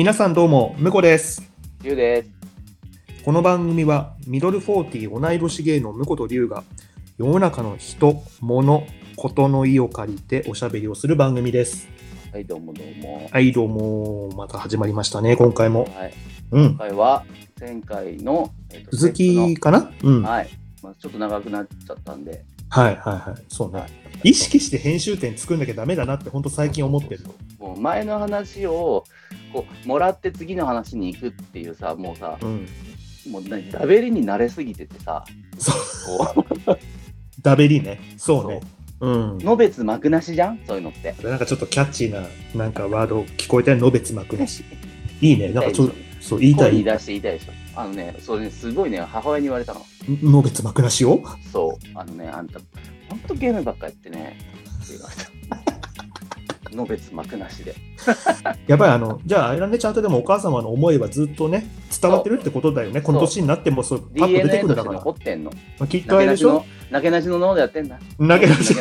皆さんどうも、むこです。 ゆうです。 この番組は、ミドル40同い年芸のむことりゅうが、世の中の人、物、ことの意を借りておしゃべりをする番組です。 はい、どうもどうも。 はい、どうも、また始まりましたね、今回も。 はい、 うん今。回は前回の、 続きかな。うん。 はい、ちょっと長くなっちゃったんで、 はいはいはい。そうね。 はい、 意識して編集点作んなきゃダメだなって、本当最近思ってる。 もう前の話をこうもらって次の話に行くっていうさ、もうさ、 うん。 もうダベリに慣れすぎててさ、 そう。 こうダベリね。そうね。うん。 のべつ幕なしじゃん、そういうのって。 なんかちょっとキャッチーな、なんかワード聞こえたよ、のべつ幕なし。いいね。なんかちょっと、そう、言いたい。 声に出して言いたいでしょ。それね、すごいね、母親に言われたの。 のべつ幕なしをそう、あんた、ほんとゲームばっかやってね、って言われた。のべつ幕なしで。 やっぱりじゃああれだね、ちゃんとでもお母様の思いはずっとね、伝わってるってことだよね。この年になってもそう、パッと出てくるんだから。 DNA として残ってんの。 まあ、きっとあれでしょ。 なけなしの脳でやってんだ。 なけなし。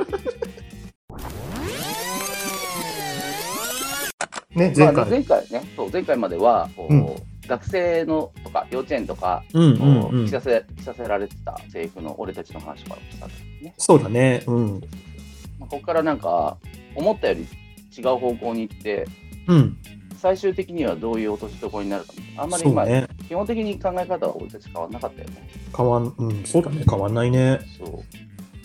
ね、前回ね、前回までは学生のとか幼稚園とか着させられてた制服の俺たちの話からしたんだね。 そうだね。うん。 ここからなんか思ったより違う方向に行って、 うん。 最終的にはどういう落としどころになるか、あんまり今、 ね、 基本的に考え方は俺たち変わんなかったよね。 そうだね、変わんないね。 そう。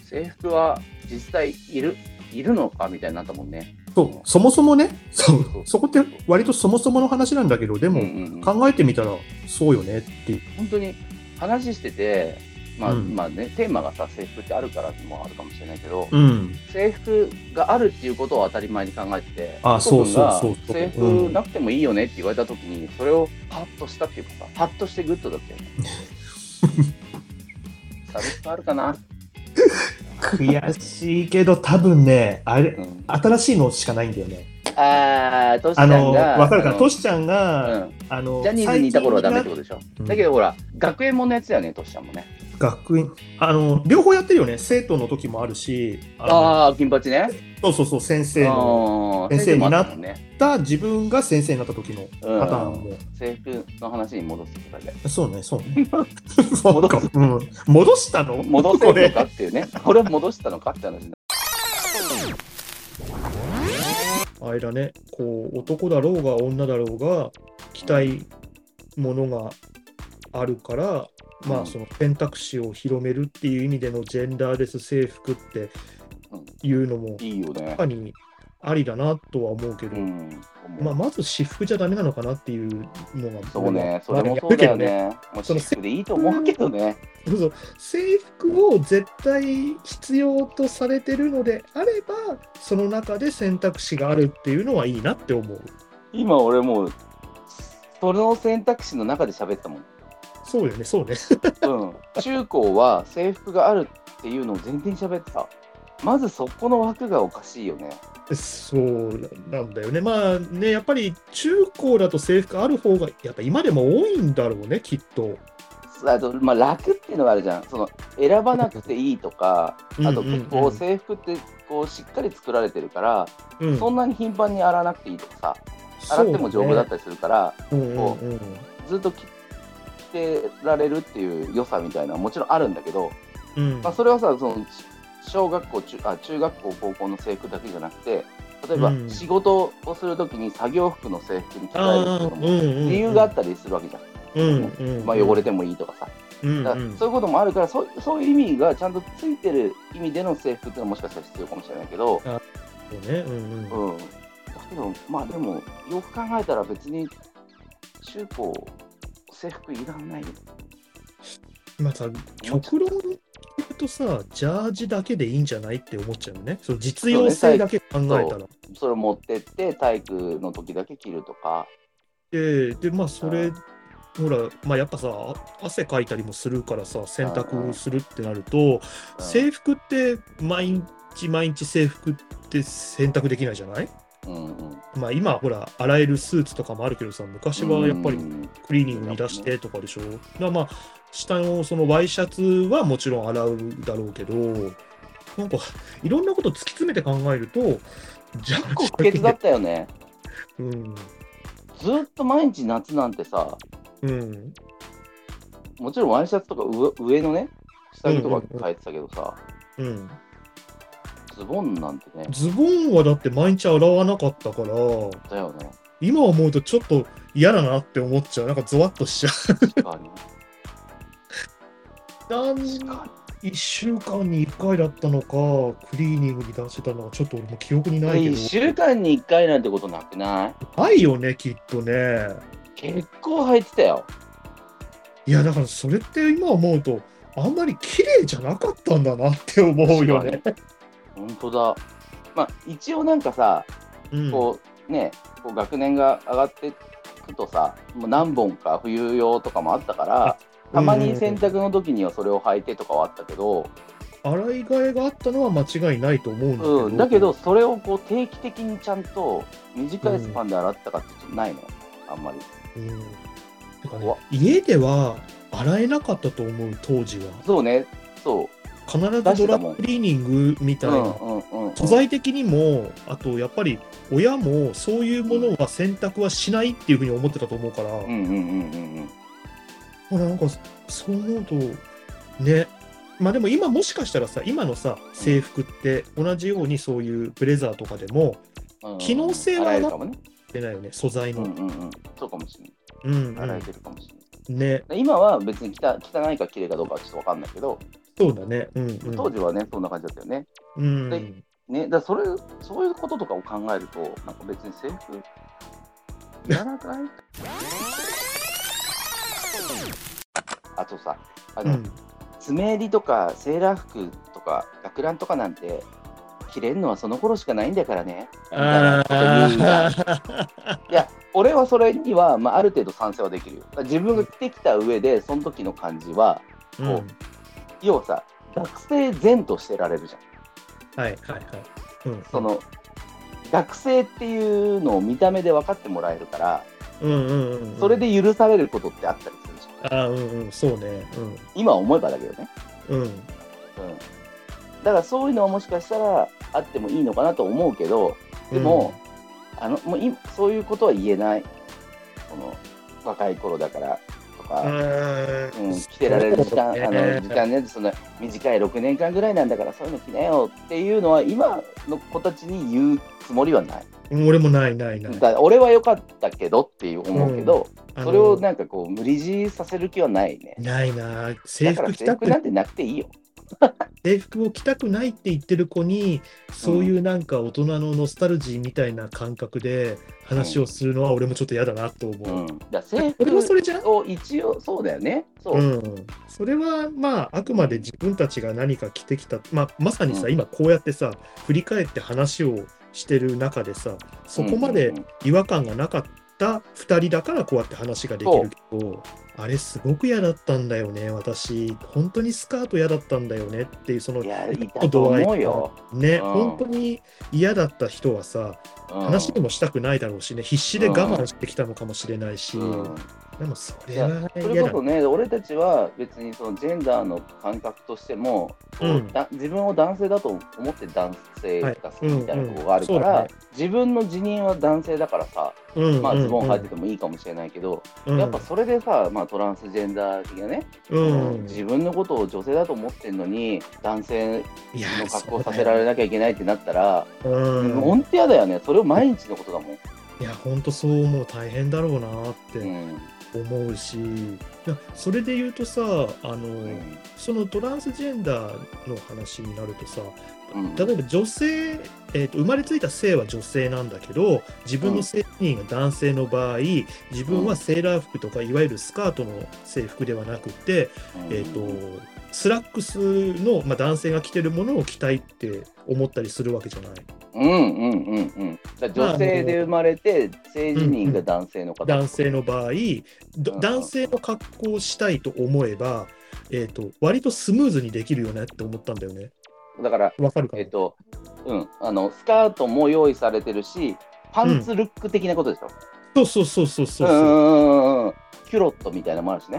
制服は実際いるのかみたいになったもんね。 そもそもね、そこって割とそもそもの話なんだけど、でも考えてみたらそうよねっていう。 本当に話してて、まあね、テーマがさ、制服ってあるからもあるかもしれないけど、制服があるっていうことを当たり前に考えてて、 そう制服なくてもいいよねって言われたときに、それをパッとしたっていうかさ、パッとしてグッドだったよね。差別あるかな。 悔しいけど、多分ね、あれ、新しいのしかないんだよね。 トシちゃんがわかるかな、トシちゃんが、 ジャニーズにいた頃はダメってことでしょ。だけどほら、学園ものやつだよね、トシちゃんもね。 学園、両方やってるよね。生徒の時もあるし、 金八ね。 そう、先生になった自分が先生になった時のパターンも。 制服の話に戻すとかで。 そうね。戻したの？ 戻せるのかっていうね。これは戻したのかって話だ。 あれだね、こう男だろうが女だろうが着たいものがあるから、まあその選択肢を広めるっていう意味でのジェンダーレス制服っていうのもいいよね。 確かにありだなとは思うけど、まず私服じゃダメなのかなっていうのが、 そうね、それもそうだよね。もう私服でいいと思うけどね。 制服を絶対必要とされてるのであれば、その中で選択肢があるっていうのはいいなって思う。 今俺もうその選択肢の中で喋ったもん。 そうよね、そうね。 中高は制服があるっていうのを全然喋ってた。まずそこの枠がおかしいよね。 そうなんだよね。まあね、やっぱり中高だと制服ある方がやっぱ今でも多いんだろうね、きっと。 あと楽っていうのがあるじゃん。その選ばなくていいとか、あと結構制服ってこうしっかり作られてるから、そんなに頻繁に洗わなくていいとかさ、洗っても丈夫だったりするから、ずっと着てられるっていう良さみたいなのはもちろんあるんだけど、それはさ、その小学校中学校高校の制服だけじゃなくて、例えば仕事をするときに作業服の制服に着替えるっていうのも理由があったりするわけじゃん。汚れてもいいとかさ、だからそういうこともあるから、そういう意味がちゃんとついてる意味での制服っていうのはもしかしたら必要かもしれないけど、だけどでもよく考えたら別に中高制服いらないよ。 さ、極論言うとさ、ジャージだけでいいんじゃないって思っちゃうよね。その実用性だけ考えたら。 それを持ってって体育の時だけ着るとか。 でそれ、ほら、やっぱさ、汗かいたりもするからさ、洗濯するってなると、制服って毎日制服って洗濯できないじゃない？今ほら洗えるスーツとかもあるけどさ、昔はやっぱりクリーニングに出してとかでしょ。だから下のそのワイシャツはもちろん洗うだろうけど、なんかいろんなこと突き詰めて考えると、 結構不潔だったよね。 ずっと毎日夏なんてさ、 うん。 もちろんワイシャツとか上のね、下着とか履いてたけどさ、 うん。 ズボンなんてね、 ズボンはだって毎日洗わなかったから、 だよね。 今思うとちょっと嫌だなって思っちゃう。なんかゾワッとしちゃ確かに。 う。1週間に1回だったのか、クリーニングに出してたのはちょっと俺も記憶にないけど。 1週間に1回なんてことなくない？ ないよね、きっとね。 結構履いてたよ。 いや、だからそれって今思うと、あんまり綺麗じゃなかったんだなって思うよね。 本当だ。まあ、一応なんかさ、こうね、こう学年が上がっていくとさ、もう何本か冬用とかもあったから、たまに洗濯の時にはそれを履いてとかはあったけど、 洗い替えがあったのは間違いないと思うんだけど、 だけどそれをこう定期的にちゃんと短いスパンで洗ったかってちょっとないのよ、あんまり。 てかね、家では洗えなかったと思う、当時は。 そうね、そう。 必ずドラッグクリーニングみたいな、素材的にも、あとやっぱり親もそういうものは洗濯はしないっていうふうに思ってたと思うから、ほら、なんかそう思うと、ね、まあでも今もしかしたらさ、今のさ、制服って同じようにそういうブレザーとかでも、機能性はなってないよね、素材の。 そうかもしれない。洗えてるかもしれない。 ね。 今は別に汚いか綺麗かどうかはちょっと分かんないけど、 そうだね。 当時はね、そんな感じだったよね。ね、だそういうこととかを考えると、なんか別に制服いらなくない？あとさ、爪襟とかセーラー服とか学ランとかなんて着れるのはその頃しかないんだからね。みたいなこと言うんだ。いや、俺はそれには、まあ、ある程度賛成はできるよ。自分が着てきた上で、その時の感じは、こう、要はさ、学生前としてられるじゃん。 はいはいはい。 その学生っていうのを見た目で分かってもらえるから、それで許されることってあったりするじゃん。 そうね。 今思えばだけどね。だからそういうのはもしかしたらあってもいいのかなと思うけど、でも、もうそういうことは言えない。この若い頃だからとか、着てられる時間ね、その短い6年間ぐらいなんだからそういうの着なよっていうのは今の子たちに言うつもりはない。 俺もない。 俺は良かったけどって思うけど、それをなんかこう無理強いさせる気はないね。 ないな。 制服なんてなくていいよ。 制服を着たくないって言ってる子に、そういうなんか大人のノスタルジーみたいな感覚で話をするのは俺もちょっと嫌だなと思う。 制服を一応そうだよね。 それはまああくまで自分たちが何か着てきた、まさにさ、今こうやってさ振り返って話をしてる中でさ、そこまで違和感がなかった2人だからこうやって話ができるけど、あれすごく嫌だったんだよね、私本当にスカート嫌だったんだよねっていう、その度合いね、本当に嫌だった人はさ、話にもしたくないだろうしね、必死で我慢してきたのかもしれないし、でもそれはそれこそね、俺たちは別にそのジェンダーの感覚としても、自分を男性だと思って男性が好きみたいなところがあるから、自分の自認は男性だからさ、まあズボン履いててもいいかもしれないけど、やっぱそれでさ、まあトランスジェンダー的なね、自分のことを女性だと思ってるのに男性の格好させられなきゃいけないってなったら、本当嫌だよね。それを毎日のことだもん。 いや本当そう思う、大変だろうなって思うし、それで言うとさ、そのトランスジェンダーの話になるとさ、例えば女性、生まれついた性は女性なんだけど、自分の性自認が男性の場合、自分はセーラー服とかいわゆるスカートの制服ではなくて、スラックスの、男性が着てるものを着たいって思ったりするわけじゃない。 女性で生まれて性自認が男性の方、 男性の場合、男性の格好をしたいと思えば、割とスムーズにできるよねって思ったんだよね。 だからわかるかな？ スカートも用意されてるし、パンツルック的なことでしょ。 そう。 キュロットみたいなのもあるしね。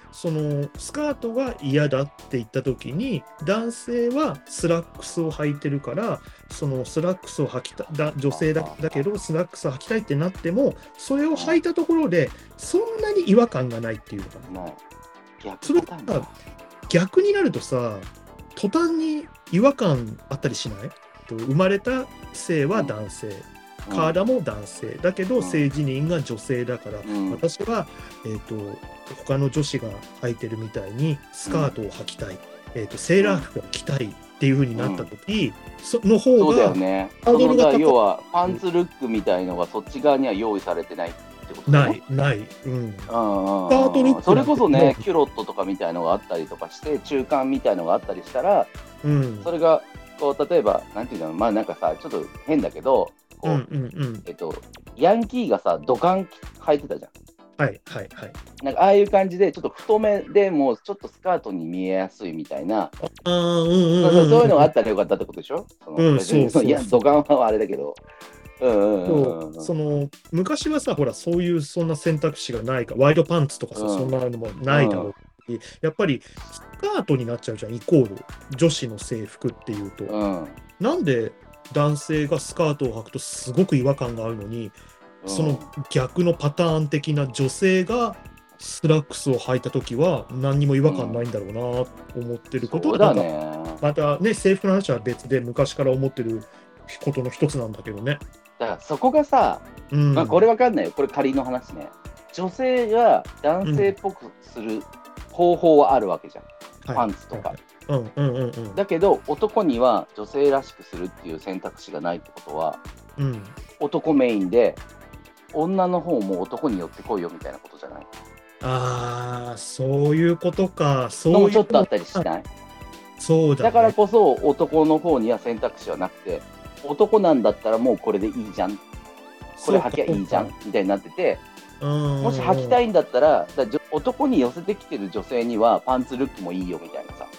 そのスカートが嫌だって言った時に、男性はスラックスを履いてるから、そのスラックスを履きた女性だけどスラックスを履きたいってなっても、それを履いたところでそんなに違和感がないっていうのかな。それが逆になるとさ、途端に違和感あったりしない？生まれた性は男性、体も男性だけど性自認が女性だから、私は、他の女子が履いてるみたいにスカートを履きたい、セーラー服を着たいっていう風になった時、の方がそうだよね。 ハードルが高い。 要はパンツルックみたいのがそっち側には用意されてないってことだね。 ない、 スカートルックそれこそね、キュロットとかみたいのがあったりとかして、中間みたいのがあったりしたら、それがこう例えばなんていうの、まあなんかさ、ちょっと変だけど、こうヤンキーがさ、ドカン履いてたじゃん。なんかああいう感じでちょっと太めでもうちょっとスカートに見えやすいみたいな、そういうのがあったらよかったってことでしょ。いやドカンはあれだけど、 その昔はさ、ほらそんな選択肢がないか、ワイドパンツとかさ、そんなのもないだろう。やっぱりスカートになっちゃうじゃん、イコール女子の制服っていうと、なんで男性がスカートを履くとすごく違和感があるのに、その逆のパターン的な女性がスラックスを履いた時は何にも違和感ないんだろうなと思ってることだね。またね、制服の話は別で昔から思ってることの一つなんだけどね。 だからそこがさ、まあこれわかんないよ、これ仮の話ね。女性が男性っぽくする方法はあるわけじゃん、パンツとか。だけど男には女性らしくするっていう選択肢がないってことは、男メインで女の方も男に寄ってこいよみたいなことじゃない？ ああ、そういうことか。 そういうのもちょっとあったりしない？ そうだね。 だからこそ男の方には選択肢はなくて、男なんだったらもうこれでいいじゃん、これ履きゃいいじゃんみたいになってて、もし履きたいんだったら、男に寄せてきてる女性にはパンツルックもいいよみたいなさ、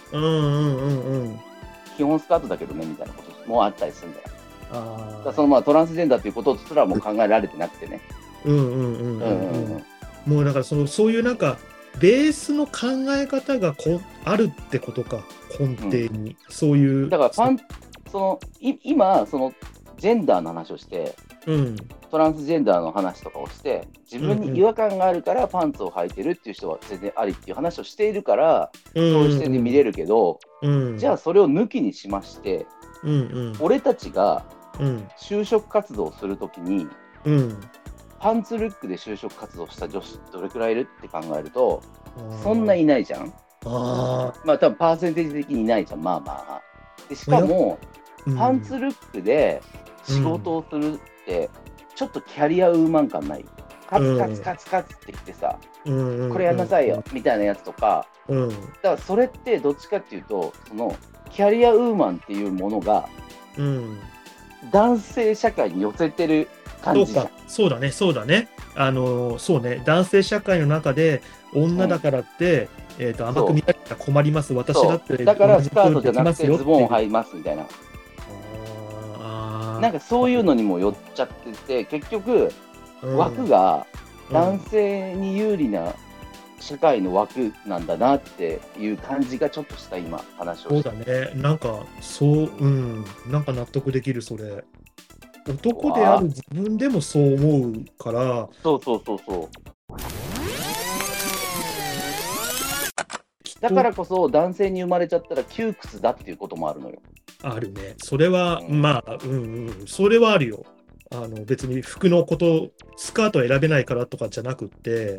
基本スカートだけどねみたいなこともあったりするんだよ。だそのまあトランスジェンダーということすらも考えられてなくてね。 もうだからそういうなんかベースの考え方があるってことか、根底に、そういうだから今そのジェンダーの話をして、トランスジェンダーの話とかをして、自分に違和感があるからパンツを履いてるっていう人は全然ありっていう話をしているから、そういう視点で見れるけど、じゃあそれを抜きにしまして、俺たちが就職活動をするときに、パンツルックで就職活動した女子どれくらいいるって考えると、そんないないじゃん。まあ多分パーセンテージ的にいないじゃん。まあまあ。でしかも、パンツルックで仕事をするって、ちょっとキャリアウーマン感ない？カツカツカツカツってきてさ、これやんなさいよみたいなやつとか、だからそれってどっちかっていうと、そのキャリアウーマンっていうものが、男性社会に寄せてる感じじゃん。 そうだね。そうね、男性社会の中で女だからって、甘く見られたら困ります。私だってだからスカートじゃなくてズボンを履いますみたいな。なんかそういうのにも寄っちゃってて、結局枠が男性に有利な社会の枠なんだなっていう感じがちょっとした今話をして。 そうだね。なんかなんか納得できるそれ。男である自分でもそう思うから。 そう。だからこそ男性に生まれちゃったら窮屈だっていうこともあるのよ。あるね。それは、まあ、それはあるよ。別に服のこと、スカートを選べないからとかじゃなくって、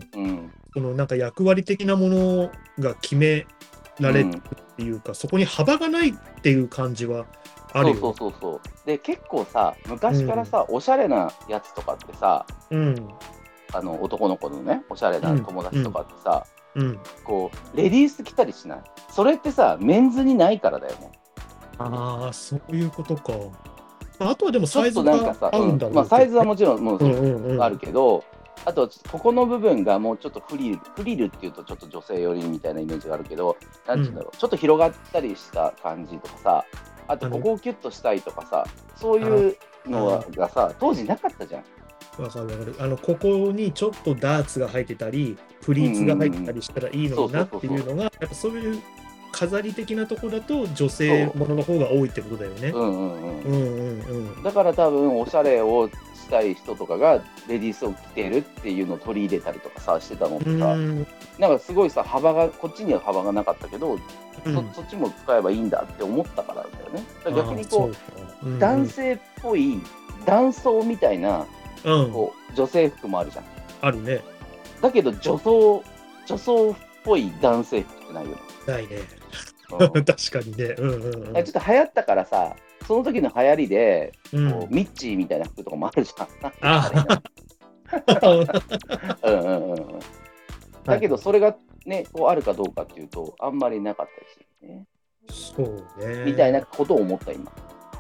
そのなんか役割的なものが決められるっていうか、そこに幅がないっていう感じはあるよ。 そう。で、結構さ、昔からさ、おしゃれなやつとかってさ、男の子のね、おしゃれな友達とかってさ、こうレディース着たりしない？それってさ、メンズにないからだよね。 そういうことか。あとはでもサイズがあるんだろうけど、 まあサイズはもちろんもうあるけど、あとここの部分がもうちょっとフリルっていうとちょっと女性寄りみたいなイメージがあるけど、なんていうんだろう、ちょっと広がったりした感じとかさ、あとここをキュッとしたいとかさ、そういうのがさ、当時なかったじゃん。 わかるわかる。ここにちょっとダーツが入ってたり、プリーツが入ってたりしたらいいのになっていうのが、やっぱそういう飾り的なところだと女性ものの方が多いってことだよね。 だから多分おしゃれをしたい人とかがレディースを着てるっていうのを取り入れたりとかさしてたのとか、なんかすごいさこっちには幅がなかったけど、そっちも使えばいいんだって思ったからだよね。だから逆にこう、男性っぽい男装みたいな、こう女性服もあるじゃん。 あるね。 だけど女装っぽい男性服ってないよね。 ないね。確かにね。ちょっと流行ったからさ、その時の流行りで、こうミッチーみたいな服とかもあるじゃん。だけどそれがね、こうあるかどうかっていうと、あんまりなかったですよね。 そうね。 みたいなことを思った今。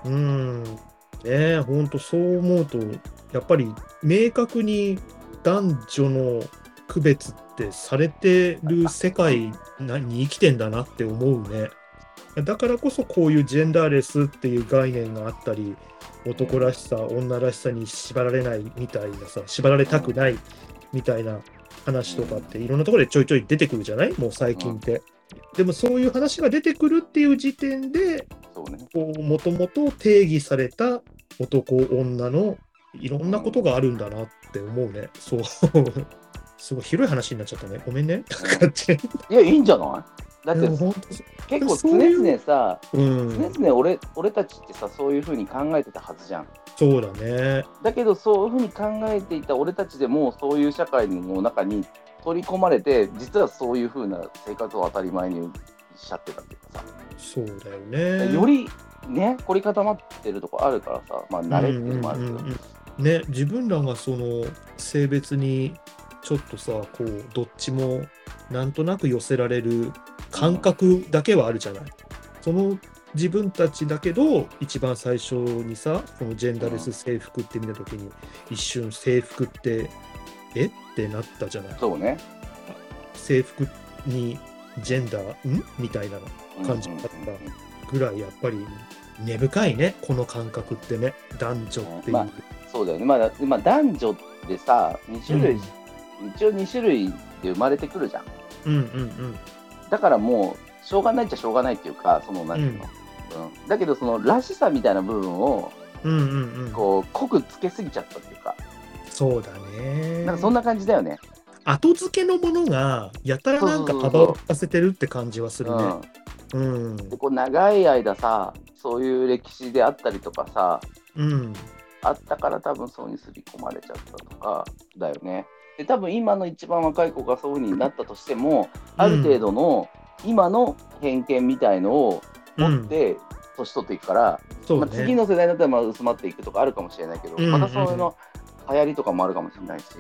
本当そう思うと、やっぱり明確に男女の区別ってされてる世界に生きてんだなって思うね。だからこそこういうジェンダーレスっていう概念があったり、男らしさ、女らしさに縛られないみたいなさ、縛られたくないみたいな話とかっていろんなところでちょいちょい出てくるじゃない？もう最近って。でもそういう話が出てくるっていう時点で、もともと定義された男女のいろんなことがあるんだなって思うね。そうすごい広い話になっちゃったね。ごめんね。 いや、いいんじゃない？だって結構常々さ、常々俺たちってさ、そういうふうに考えてたはずじゃん。 そうだね。 だけどそういうふうに考えていた俺たちでもそういう社会の中に取り込まれて、実はそういうふうな生活を当たり前にしちゃってたっていうかさ。 そうだよね。 よりね、凝り固まってるとこあるからさ、まあ慣れっていうのもあるけど。 ね、自分らがその性別にちょっとさ、こうどっちもなんとなく寄せられる感覚だけはあるじゃない。その自分たちだけど、一番最初にさ、このジェンダーレス制服って見たときに、一瞬制服ってってなったじゃない。 そうね。 制服にジェンダーみたいな感じだったぐらい、やっぱり根深いね、この感覚ってね、男女っていう。 そうだよね。まあ男女でさ、2種類、一応2種類で生まれてくるじゃん。だからもうしょうがないっちゃしょうがないっていうか、その何ていうの、だけどそのらしさみたいな部分をこう濃くつけすぎちゃったっていうか。 そうだね。 なんかそんな感じだよね。 後付けのものがやたらなんか幅を利かせてるって感じはするね。 でこう長い間さ、そういう歴史であったりとかさ、あったから多分そうに刷り込まれちゃったとかだよね。で多分今の一番若い子がそういう風になったとしても、ある程度の今の偏見みたいのを持って年取っていくから、次の世代だったら薄まっていくとかあるかもしれないけど、またそういうの流行りとかもあるかもしれないし。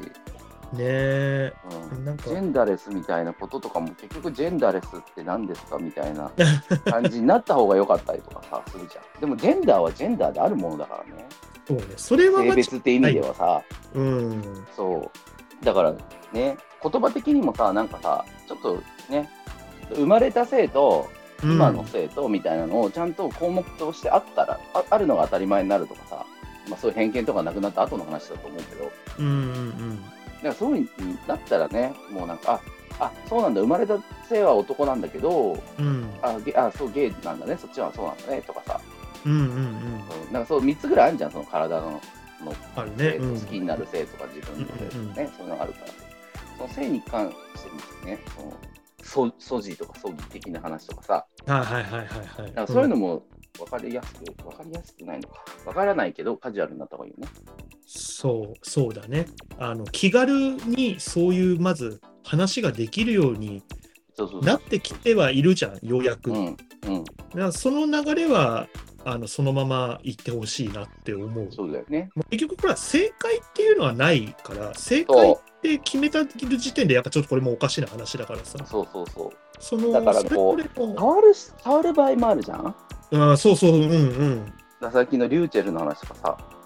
なんかジェンダーレスみたいなこととかも結局ジェンダーレスって何ですかみたいな感じになった方が良かったりとかさするじゃん。でもジェンダーはジェンダーであるものだからね。 そうね。それは性別って意味ではさ、そうだからね、言葉的にもさ、なんかさ、ちょっとね、生まれた性と今の性とみたいなのをちゃんと項目としてあったら、あるのが当たり前になるとかさ、そういう偏見とかなくなった後の話だと思うけど、だからそういう風になったらね、もうなんか、そうなんだ、生まれた性は男なんだけど、そうゲイなんだね、そっちはそうなんだねとかさ、なんかそう3つぐらいあるじゃん、その体の性と好きになる性とか自分の性とかね、そういうのがあるから、その性に関してですね、素地とか葬儀的な話とかさ、そういうのも分かりやすくないのか、分からないけどカジュアルになった方がいいよね。 そうだね。気軽にそういうまず話ができるようになってきてはいるじゃん、ようやく。だからその流れはそのまま行ってほしいなって思う。 そうだよね。 結局これは正解っていうのはないから、正解って決めた時点でやっぱちょっとこれもおかしな話だからさ。 だからこう変わる場合もあるじゃん。 さっきのリューチェルの話とかさ、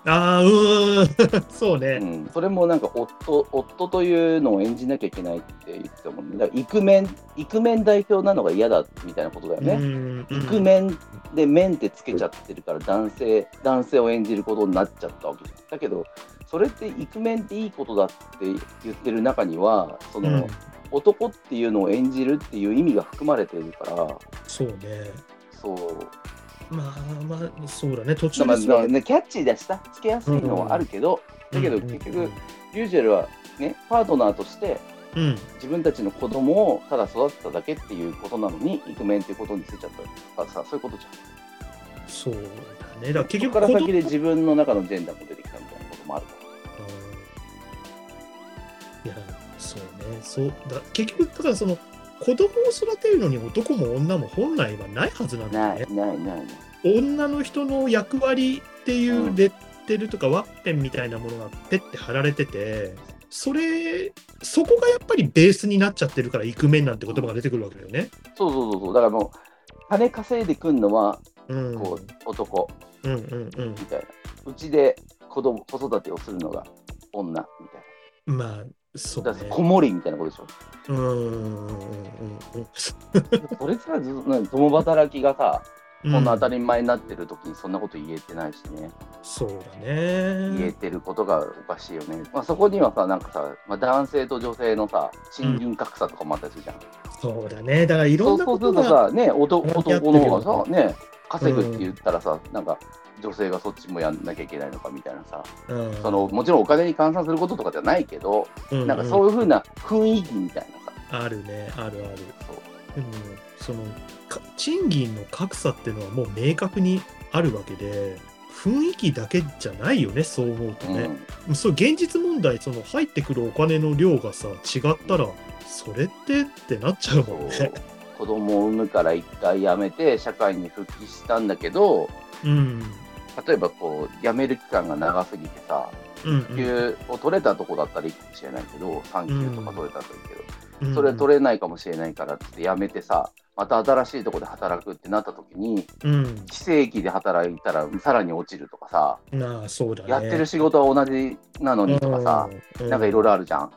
ああ、そうね。 それもなんか夫というのを演じなきゃいけないって言ってたもんね。だからイクメン代表なのが嫌だみたいなことだよね。イクメンで面ってつけちゃってるから男性を演じることになっちゃったわけじゃん。だけどそれってイクメンっていいことだって言ってる中にはその、男っていうのを演じるっていう意味が含まれているから。 そうね。 そう。 まあそうだね。途中でキャッチーだしさつけやすいのはあるけど、だけど結局リュージェルはねパートナーとして、自分たちの子供をただ育てただけっていうことなのにイクメンっていうことについちゃったからさ、そういうことじゃん。 そうだね。だから結局そこから先で自分の中のジェンダーも出てきたみたいなこともあるから。 いやそうね。結局だからその子供を育てるのに男も女も本来はないはずなんだよね。 ない。 女の人の役割っていうレッテルとかワッペンみたいなものがペッて貼られてて、そこがやっぱりベースになっちゃってるからイクメンなんて言葉が出てくるわけだよね。 そうだからもう金稼いでくんのはこう男みたいな、うちで子育てをするのが女みたいな。 まあそうね。 子守みたいなことでしょ。それさ、共働きがさ、そんな当たり前になってる時にそんなこと言えてないしね。 そうだね。 言えてることがおかしいよね。そこにはさ、なんかさ、男性と女性のさ、賃金格差とかもあったりするじゃん。 そうだね。だからいろんなことが。 そうするとさ、ね、男の方がさ、ね、稼ぐって言ったらさ、なんか、女性がそっちもやんなきゃいけないのかみたいなさ、もちろんお金に換算することとかじゃないけど、なんかそういう風な雰囲気みたいなさ。あるね、ある。でもその賃金の格差っていうのはもう明確にあるわけで、雰囲気だけじゃないよね、そう思うとね。そう現実問題、その入ってくるお金の量がさ違ったら、それってなっちゃうもんね。 子供を産むから一回辞めて社会に復帰したんだけど、例えばこう辞める期間が長すぎてさ、育休を取れたとこだったらいいかもしれないけど、産休とか取れたらいいけど、それ取れないかもしれないからって辞めてさ、また新しいとこで働くってなった時に、非正規で働いたらさらに落ちるとかさ、 そうだね、 やってる仕事は同じなのにとかさ、なんかいろいろあるじゃん。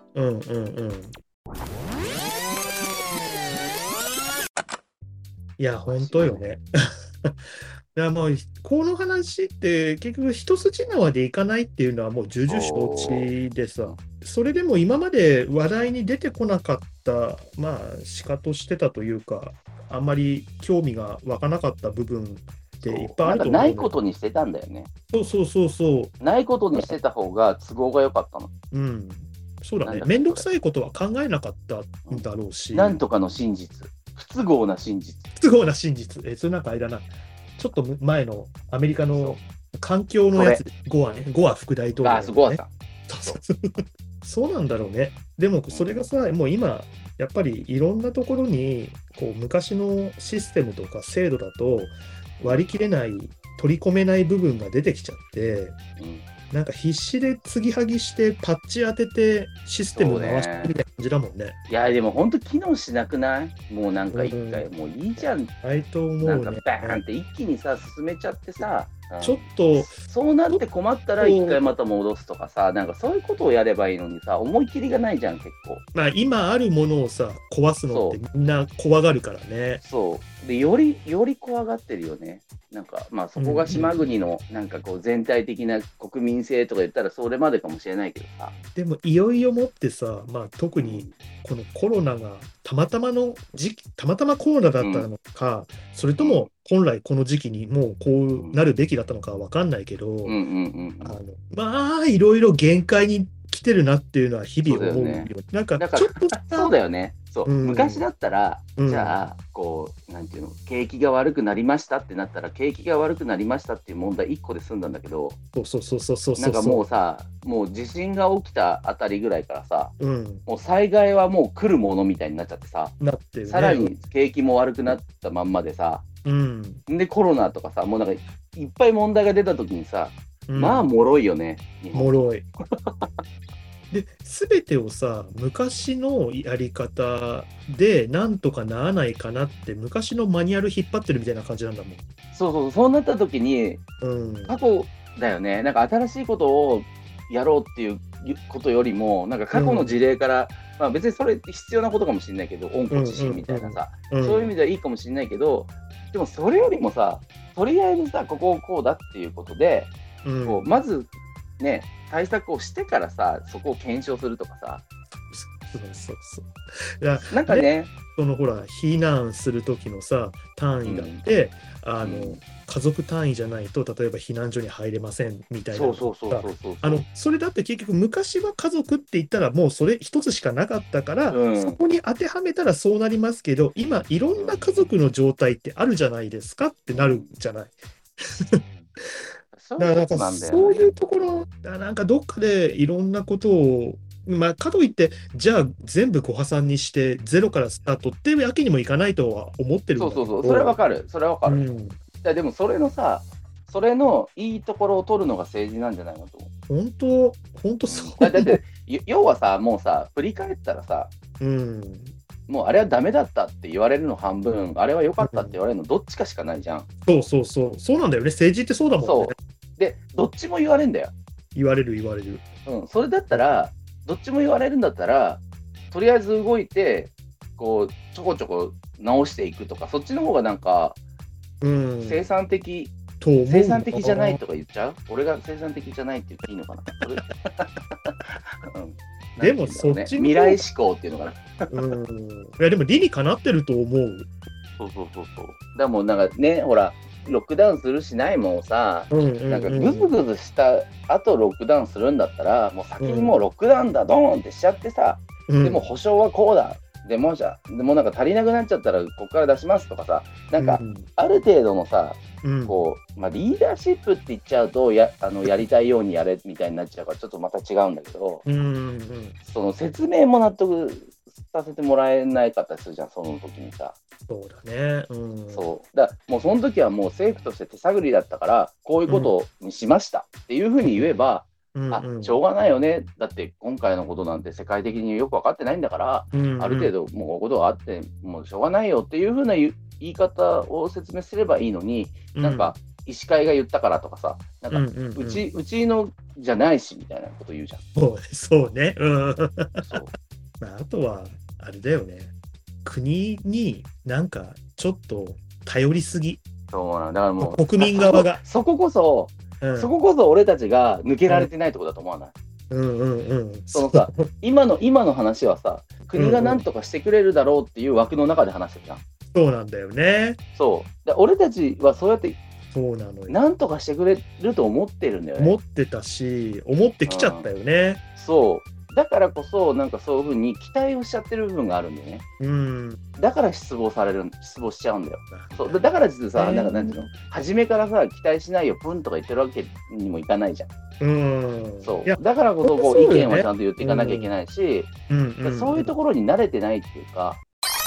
いや本当よね。いやもうこの話って結局一筋縄でいかないっていうのはもう重々承知でさ、それでも今まで話題に出てこなかった仕方してたというか、あんまり興味が湧かなかった部分っていっぱいあると思う。 ないことにしてたんだよね。 そうないことにしてた方が都合が良かったの。 そうだね。めんどくさいことは考えなかったんだろうし、 なんとかの真実、不都合な真実。 それなんかあれだな、ちょっと前のアメリカの環境のやつ、ゴア副大統領、 ゴアさん。 そうなんだろうね。でもそれがさ、もう今やっぱりいろんなところにこう昔のシステムとか制度だと割り切れない、取り込めない部分が出てきちゃって、なんか必死で継ぎはぎしてパッチ当ててシステム回してるみたいな感じだもんね。 いやでも本当機能しなくない？もうなんか一回、もういいじゃん。なんかバーンって一気にさ進めちゃってさ、 ちょっとそうなって困ったら一回また戻すとかさ、なんかそういうことをやればいいのにさ、思い切りがないじゃん結構。 今あるものをさ壊すのってみんな怖がるからね。 そうでより怖がってるよね。なんかそこが島国のなんかこう全体的な国民性とか言ったらそれまでかもしれないけどさ、 でもいよいよもってさ、特にこのコロナがたまたまコロナだったのか、それとも本来この時期にもうこうなるべきだったのかは分かんないけど、いろいろ限界に来てるなっていうのは日々思うよ。なんかちょっとそうだよね。昔だったら、じゃあこうなんていうの、景気が悪くなりましたってなったら景気が悪くなりましたっていう問題1個で済んだんだけど、なんかもうさ、もう地震が起きたあたりぐらいからさ、もう災害はもう来るものみたいになっちゃってさ、さらに景気も悪くなったまんまでさ、でコロナとかさ、もうなんかいっぱい問題が出た時にさ、もろいよね。 もろい。で全てをさ昔のやり方でなんとかならないかなって昔のマニュアル引っ張ってるみたいな感じなんだもん。 そうなった時に、過去だよね。なんか新しいことをやろうっていうことよりも、なんか過去の事例から、まあ別にそれ必要なことかもしれないけど、温故知新みたいなさ、そういう意味ではいいかもしれないけど、でもそれよりもさ、とりあえずさ、ここをこうだっていうことで、こうまずね、対策をしてからさ、そこを検証するとかさ。 いやなんかね、 そのほら避難する時のさ単位だって、家族単位じゃないと例えば避難所に入れませんみたいな。それだって結局昔は家族って言ったらもうそれ一つしかなかったから、そこに当てはめたらそうなりますけど、今いろんな家族の状態ってあるじゃないですかってなるじゃない。だからなんかそういうところなんかどっかでいろんなことをかといってじゃあ全部小破産にしてゼロからスタートっていうわけにもいかないとは思ってるんだけど。 そうそれはわかる、でもそれのさ、それのいいところを取るのが政治なんじゃないのと思う。本当そう。 だって要はさ、もうさ振り返ったらさ、もうあれはダメだったって言われるの半分、あれは良かったって言われるのどっちかしかないじゃん。 そうなんだよね。政治ってそうだもんね。 そうでどっちも言われるんだよ。 言われる。 それだったらどっちも言われるんだったら、とりあえず動いてこうちょこちょこ直していくとか、そっちの方がなんか、生産的じゃないとか言っちゃう？俺が生産的じゃないって言っていいのかな？ でもそっち未来志向っていうのかな。 いやでも理にかなってると思う。 そう。だからもうなんかね、ほらロックダウンするしないもさ、なんかグズグズした後ロックダウンするんだったら、もう先にもうロックダウンだドーンってしちゃってさ、でも保証はこうだ。でもなんか足りなくなっちゃったらここから出しますとかさ、なんかある程度のさ、こうリーダーシップって言っちゃうとやりたいようにやれみたいになっちゃうからちょっとまた違うんだけど、その説明も納得させてもらえないかったりするじゃん、その時にさ。 そうだね。 そうだ、もうその時はもう政府として手探りだったからこういうことにしましたっていうふうに言えば、しょうがないよね、だって今回のことなんて世界的によく分かってないんだから、ある程度もうこういうことがあってもうしょうがないよっていうふうな言い方を説明すればいいのに、なんか医師会が言ったからとかさ、なんかうちのじゃないしみたいなこと言うじゃん。 そうね。あとはあれだよね、国になんかちょっと頼りすぎ。 そうなんだからもう国民側がそここそ俺たちが抜けられてないところだと思わない？そのさ、今の話はさ、国が何とかしてくれるだろうっていう枠の中で話してるじゃん。 そうなんだよね。 そう俺たちはそうやってそうなのよ、 何とかしてくれると思ってるんだよね。 思ってたし思ってきちゃったよね。 そうだからこそなんかそういうふうに期待をしちゃってる部分があるんだよね。だから失望しちゃうんだよ。そうだから実はさ、なんていうの、初めからさ期待しないよプンとか言ってるわけにもいかないじゃん。そうだからこそこう意見はちゃんと言っていかなきゃいけないし、そういうところに慣れてないっていうか、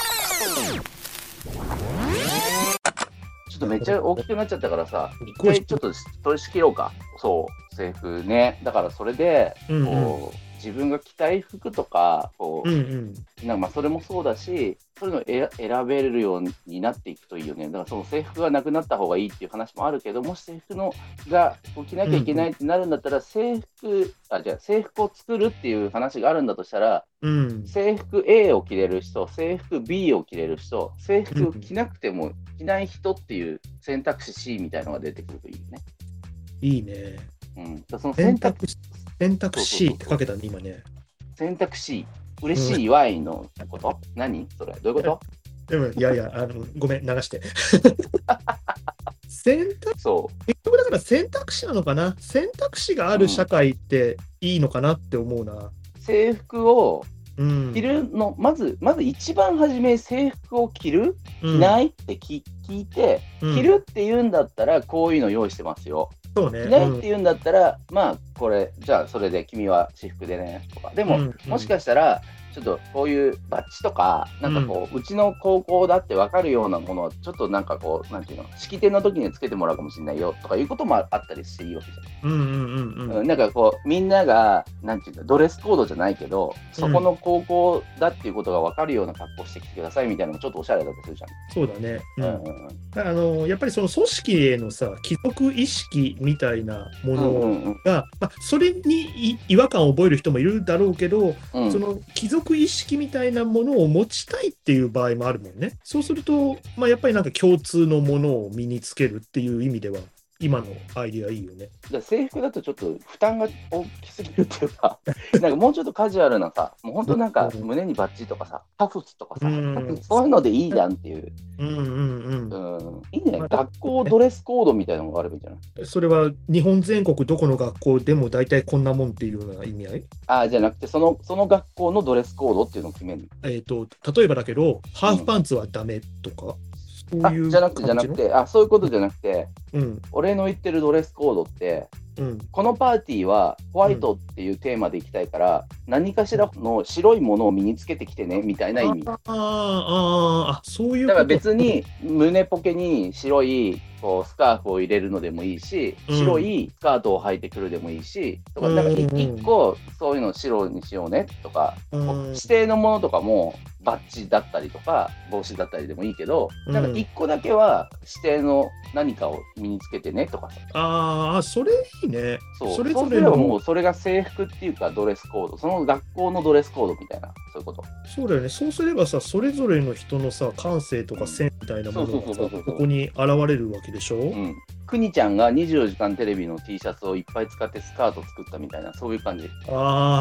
ちょっとめっちゃ大きくなっちゃったからさ、一回ちょっと取り仕切ろうか。そう制服ね、だからそれでこう自分が着たい服とかこう、なんかそれもそうだし、そういうのを選べるようになっていくといいよね。だからその制服がなくなった方がいいっていう話もあるけど、もし制服が着なきゃいけないってなるんだったら、制服を作るっていう話があるんだとしたら、制服 A を着れる人、制服 B を着れる人、制服着なくても着ない人っていう選択肢 C みたいなのが出てくるといいよね。 いいね。 その選択肢ってかけたね今ね。 選択肢嬉しいワインのこと、何それどういうこと？ でもいやごめん流して。結局だから選択肢なのかな。選択肢がある社会っていいのかなって思うな。 制服を着るの、まず一番初め制服を着る、着ないって聞いて、着るって言うんだったらこういうの用意してますよ。着ないって言うんだったら、まあこれじゃあそれで君は私服でねとか。でも、もしかしたらちょっとこういうバッジとか、なんかこう、うちの高校だって分かるようなものを、ちょっとなんかこう、なんていうの、式典の時につけてもらうかもしれないよとかいうこともあったりしていいわけじゃん。なんかこう、みんなが、なんていうか、ドレスコードじゃないけど、そこの高校だっていうことが分かるような格好してきてくださいみたいなのもちょっとおしゃれだったりするじゃん。 そうだね。やっぱりその組織へのさ、帰属意識みたいなものが、それに違和感を覚える人もいるだろうけど、その帰属意識みたいなものを持ちたいっていう場合もあるもんね。そうすると、やっぱりなんか共通のものを身につけるっていう意味では、今のアイディアいいよね。 だ制服だとちょっと負担が大きすぎるっていうか、なんかもうちょっとカジュアルなさ、もう本当なんか胸にバッジとかさ、タフスとかさ、そういうのでいいじゃんっていう。いいね、学校ドレスコードみたいなのがあればいいんじゃない？ それは日本全国どこの学校でも大体こんなもんっていうような意味合い？ じゃなくてその学校のドレスコードっていうのを決める。 例えばだけど、ハーフパンツはダメとか。 じゃなくて、そういうことじゃなくて、俺の言ってるドレスコードって、このパーティーはホワイトっていうテーマでいきたいから、何かしらの白いものを身につけてきてねみたいな意味。 そういうこと。 だから別に胸ポケに白いこうスカーフを入れるのでもいいし、白いスカートを履いてくるでもいいし、とか、なんか一個そういうの白にしようねとか、指定のものとかもバッジだったりとか帽子だったりでもいいけど、なんか一個だけは指定の何かを身につけてねとかさ。それいいね。 それぞれはもうそれが制服っていうかドレスコード、その学校のドレスコードみたいな、そういうこと。 そうだよね。そうすればさ、それぞれの人のさ、感性とか線みたいなものがさ、ここに現れるわけでしょ。 くにちゃんが24時間テレビの T シャツをいっぱい使ってスカート作ったみたいな、そういう感じ。 確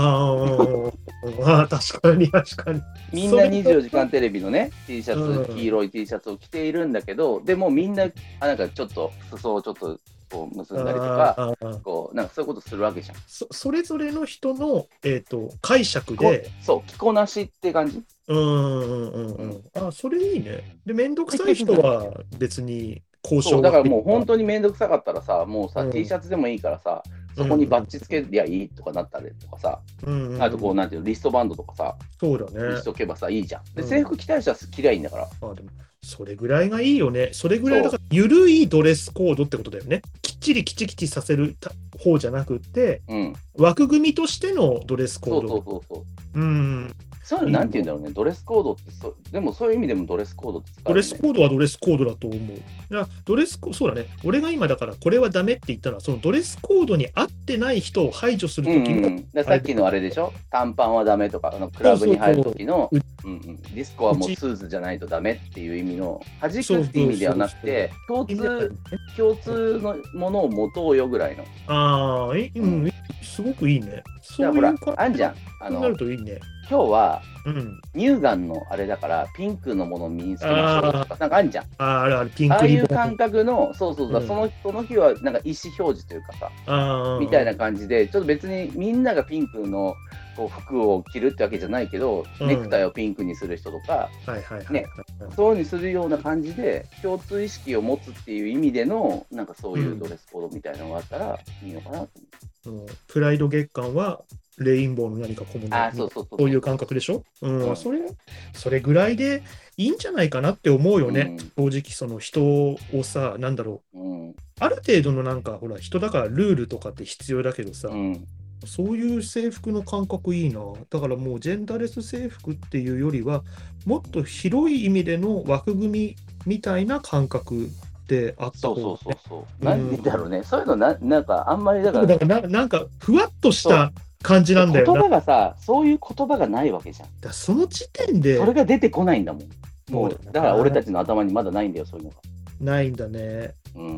かに。 みんな24時間テレビのね、T シャツ、黄色い T シャツを着ているんだけど、でもみんな、なんかちょっと裾をちょっとこう結んだりとか、こうなんかそういうことするわけじゃん。 それぞれの人の、解釈で。 着こなしって感じ。 それいいね。で、めんどくさい人は別に交渉だからもう本当にめんどくさかったらさ、もうさ、T シャツでもいいからさ、そこにバッジつけりゃいいとかなったりとかさ、あとこうなんていうの、リストバンドとかさ、 そうだね。 にしとけばさ、いいじゃん。で、制服着たい人は着りゃいいんだから。 でもそれぐらいがいいよね。それぐらいだから、ゆるいドレスコードってことだよね。きっちりきちきちさせる方じゃなくて、枠組みとしてのドレスコード。 そういうのなんて言うんだろうね、ドレスコードってでもそういう意味でもドレスコードって使う、 ドレスコードはドレスコードだと思う。そうだね。俺が今だからこれはダメって言ったのは、そのドレスコードに合ってない人を排除するときの、 さっきのあれでしょ、短パンはダメとか、クラブに入るときのディスコはもうスーツじゃないとダメっていう意味の、弾くっていう意味ではなくて、共通のものを持とうよぐらいの。 すごくいいね。 そういうほら、あんじゃん。 なるといいね。 今日は、乳がんのあれだから、ピンクのものを身につけましょうとか、なんかあんじゃん。 ピンクああいう感覚の、その日はなんか意思表示というかさ、みたいな感じで、ちょっと別にみんながピンクのこう服を着るってわけじゃないけど、ネクタイをピンクにする人とか、そうにするような感じで、共通意識を持つっていう意味での、なんかそういうドレスコードみたいなのがあったらいいのかなと思う。 プライド月間はレインボーの何か小物、そういう感覚でしょ。それぐらいでいいんじゃないかなって思うよね。正直その人をさ、なんだろう、ある程度のなんかほら人だからルールとかって必要だけどさ、そういう制服の感覚いいな。だからもうジェンダーレス制服っていうよりは、もっと広い意味での枠組みみたいな感覚であった方が、 なんでだろうね。そういうのなんかあんまりだから。 なんかふわっとした感じなんだよな。 言葉がさ、そういう言葉がないわけじゃん。 その時点で。 それが出てこないんだもん。もうだから俺たちの頭にまだないんだよ、そういうのが。 ないんだね。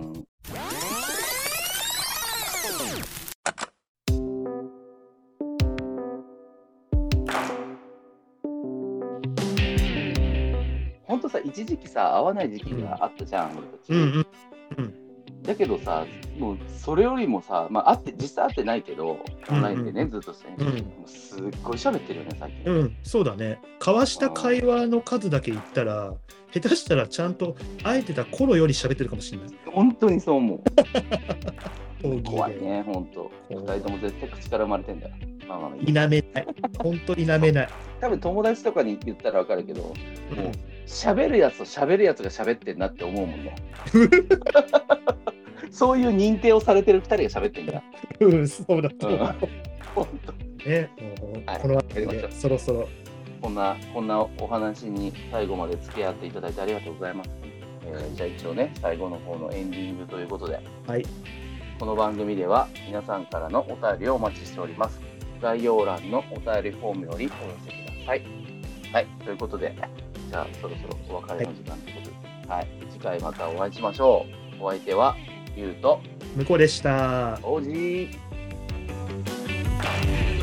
ほんとさ、一時期さ、会わない時期があったじゃん、俺たち。だけどさ、もうそれよりもさ、実際会ってないけど、オンラインでね、ずっとすっごい喋ってるよね、最近。 そうだね。交わした会話の数だけ言ったら、下手したらちゃんと会えてた頃より喋ってるかもしれない。 本当にそう思う。怖いね、ほんと。2人とも絶対口から生まれてんだよ。 否めない。本当に否めない。 多分友達とかに言ったら分かるけど、もう喋るやつと喋るやつが喋ってるなって思うもんね。そういう認定をされてる2人が喋ってるんだ。 そうだと思う。 本当。 ね、この後でそろそろこんなお話に最後まで付き合っていただいてありがとうございます。じゃあ一応ね、最後の方のエンディングということで、 はい、 この番組では皆さんからのお便りをお待ちしております。概要欄のお便りフォームよりお寄せください。はい、ということで、じゃあそろそろお別れの時間ということで、はい、次回またお会いしましょう。お相手はゆうと向こうでした。 おじー。